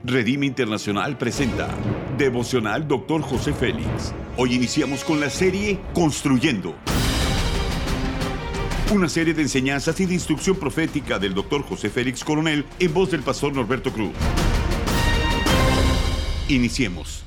Redime Internacional presenta Devocional Dr. José Félix. Hoy iniciamos con la serie Construyendo. Una serie de enseñanzas y de instrucción profética del Dr. José Félix Coronel en voz del pastor Norberto Cruz. Iniciemos.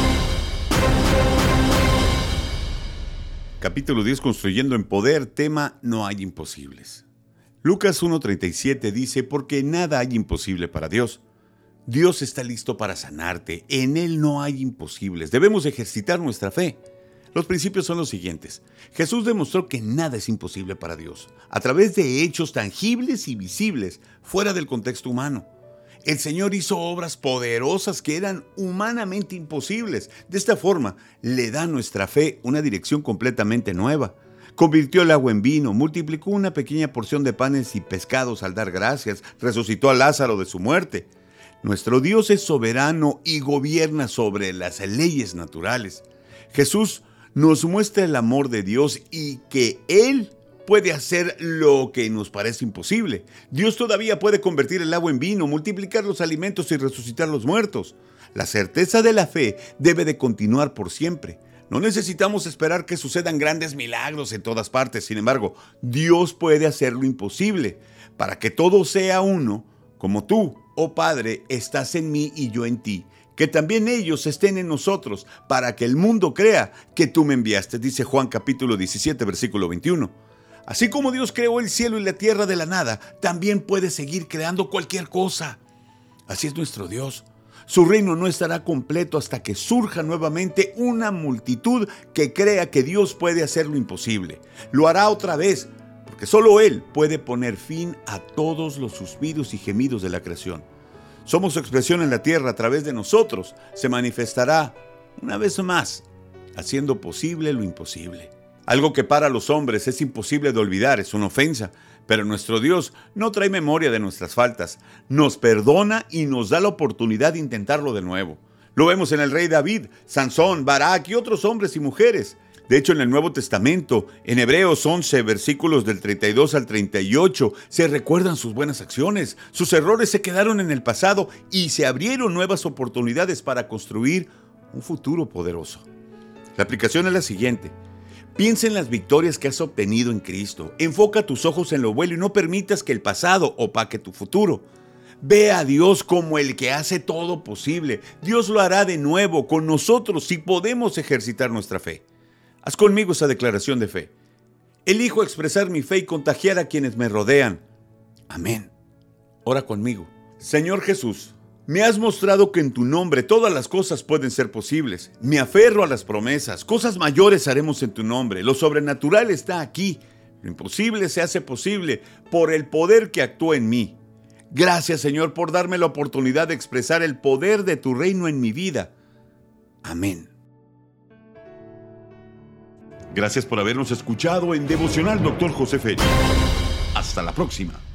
Capítulo 10, Construyendo en Poder, tema No hay imposibles. Lucas 1:37 dice, porque nada hay imposible para Dios. Dios está listo para sanarte. En Él no hay imposibles. Debemos ejercitar nuestra fe. Los principios son los siguientes. Jesús demostró que nada es imposible para Dios, a través de hechos tangibles y visibles, fuera del contexto humano. El Señor hizo obras poderosas que eran humanamente imposibles. De esta forma, le da a nuestra fe una dirección completamente nueva. Convirtió el agua en vino, multiplicó una pequeña porción de panes y pescados al dar gracias, resucitó a Lázaro de su muerte. Nuestro Dios es soberano y gobierna sobre las leyes naturales. Jesús nos muestra el amor de Dios y que Él puede hacer lo que nos parece imposible. Dios todavía puede convertir el agua en vino, multiplicar los alimentos y resucitar los muertos. La certeza de la fe debe de continuar por siempre. No necesitamos esperar que sucedan grandes milagros en todas partes. Sin embargo, Dios puede hacer lo imposible para que todo sea uno, como tú, oh Padre, estás en mí y yo en ti, que también ellos estén en nosotros, para que el mundo crea que tú me enviaste, dice Juan capítulo 17, versículo 21. Así como Dios creó el cielo y la tierra de la nada, también puede seguir creando cualquier cosa. Así es nuestro Dios. Su reino no estará completo hasta que surja nuevamente una multitud que crea que Dios puede hacer lo imposible. Lo hará otra vez, porque solo Él puede poner fin a todos los suspiros y gemidos de la creación. Somos su expresión en la tierra. A través de nosotros se manifestará una vez más, haciendo posible lo imposible. Algo que para los hombres es imposible de olvidar, es una ofensa, pero nuestro Dios no trae memoria de nuestras faltas. Nos perdona y nos da la oportunidad de intentarlo de nuevo. Lo vemos en el rey David, Sansón, Barak y otros hombres y mujeres. De hecho, en el Nuevo Testamento, en Hebreos 11, versículos del 32 al 38, se recuerdan sus buenas acciones. Sus errores se quedaron en el pasado y se abrieron nuevas oportunidades para construir un futuro poderoso. La aplicación es la siguiente. Piensa en las victorias que has obtenido en Cristo. Enfoca tus ojos en lo bueno y no permitas que el pasado opaque tu futuro. Ve a Dios como el que hace todo posible. Dios lo hará de nuevo con nosotros si podemos ejercitar nuestra fe. Haz conmigo esa declaración de fe. Elijo expresar mi fe y contagiar a quienes me rodean. Amén. Ora conmigo. Señor Jesús, me has mostrado que en tu nombre todas las cosas pueden ser posibles. Me aferro a las promesas. Cosas mayores haremos en tu nombre. Lo sobrenatural está aquí. Lo imposible se hace posible por el poder que actúa en mí. Gracias, Señor, por darme la oportunidad de expresar el poder de tu reino en mi vida. Amén. Gracias por habernos escuchado en Devocional Dr. José Félix. Hasta la próxima.